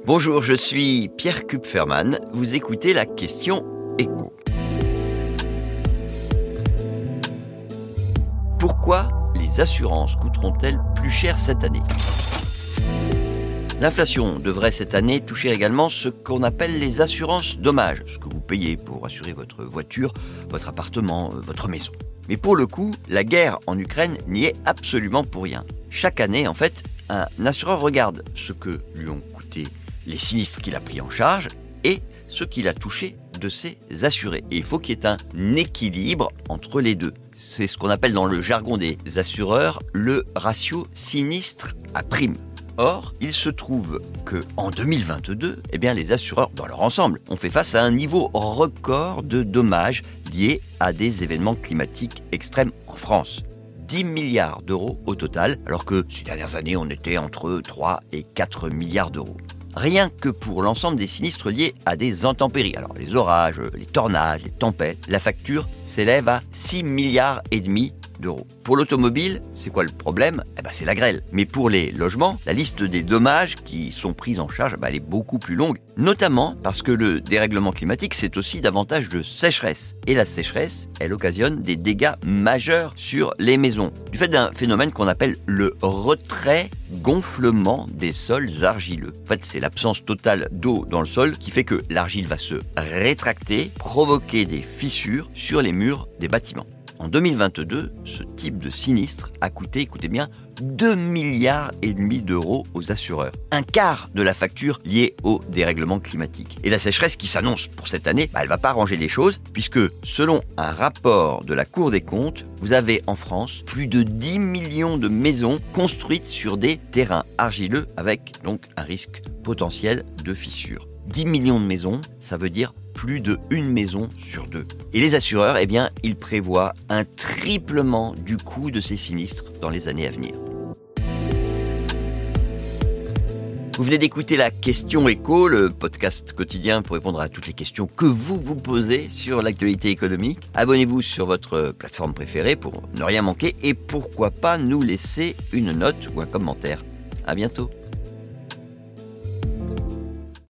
Bonjour, je suis Pierre Kupferman. Vous écoutez la question écho. Pourquoi les assurances coûteront-elles plus cher cette année ? L'inflation devrait cette année toucher également ce qu'on appelle les assurances dommages, ce que vous payez pour assurer votre voiture, votre appartement, votre maison. Mais pour le coup, la guerre en Ukraine n'y est absolument pour rien. Chaque année, en fait, un assureur regarde ce que lui ont coûté les sinistres qu'il a pris en charge et ce qu'il a touché de ses assurés. Et il faut qu'il y ait un équilibre entre les deux. C'est ce qu'on appelle dans le jargon des assureurs le ratio sinistre à prime. Or, il se trouve qu'en 2022, les assureurs, dans leur ensemble, ont fait face à un niveau record de dommages liés à des événements climatiques extrêmes en France. 10 milliards d'euros au total, alors que ces dernières années, on était entre 3 et 4 milliards d'euros. Rien que pour l'ensemble des sinistres liés à des intempéries, alors les orages, les tornades, les tempêtes, la facture s'élève à 6 milliards et demi d'euros. Pour l'automobile, c'est quoi le problème ? C'est la grêle. Mais pour les logements, la liste des dommages qui sont pris en charge, elle est beaucoup plus longue, notamment parce que le dérèglement climatique, c'est aussi davantage de sécheresse. Et la sécheresse, elle occasionne des dégâts majeurs sur les maisons, du fait d'un phénomène qu'on appelle le retrait-gonflement des sols argileux. En fait, c'est l'absence totale d'eau dans le sol qui fait que l'argile va se rétracter, provoquer des fissures sur les murs des bâtiments. En 2022, ce type de sinistre a coûté, écoutez bien, 2 milliards et demi d'euros aux assureurs. Un quart de la facture liée au dérèglement climatique. Et la sécheresse qui s'annonce pour cette année, elle va pas arranger les choses, puisque selon un rapport de la Cour des comptes, vous avez en France plus de 10 millions de maisons construites sur des terrains argileux avec donc un risque potentiel de fissure. 10 millions de maisons, ça veut dire plus de une maison sur deux. Et les assureurs, ils prévoient un triplement du coût de ces sinistres dans les années à venir. Vous venez d'écouter la question écho, le podcast quotidien pour répondre à toutes les questions que vous vous posez sur l'actualité économique. Abonnez-vous sur votre plateforme préférée pour ne rien manquer et pourquoi pas nous laisser une note ou un commentaire. À bientôt.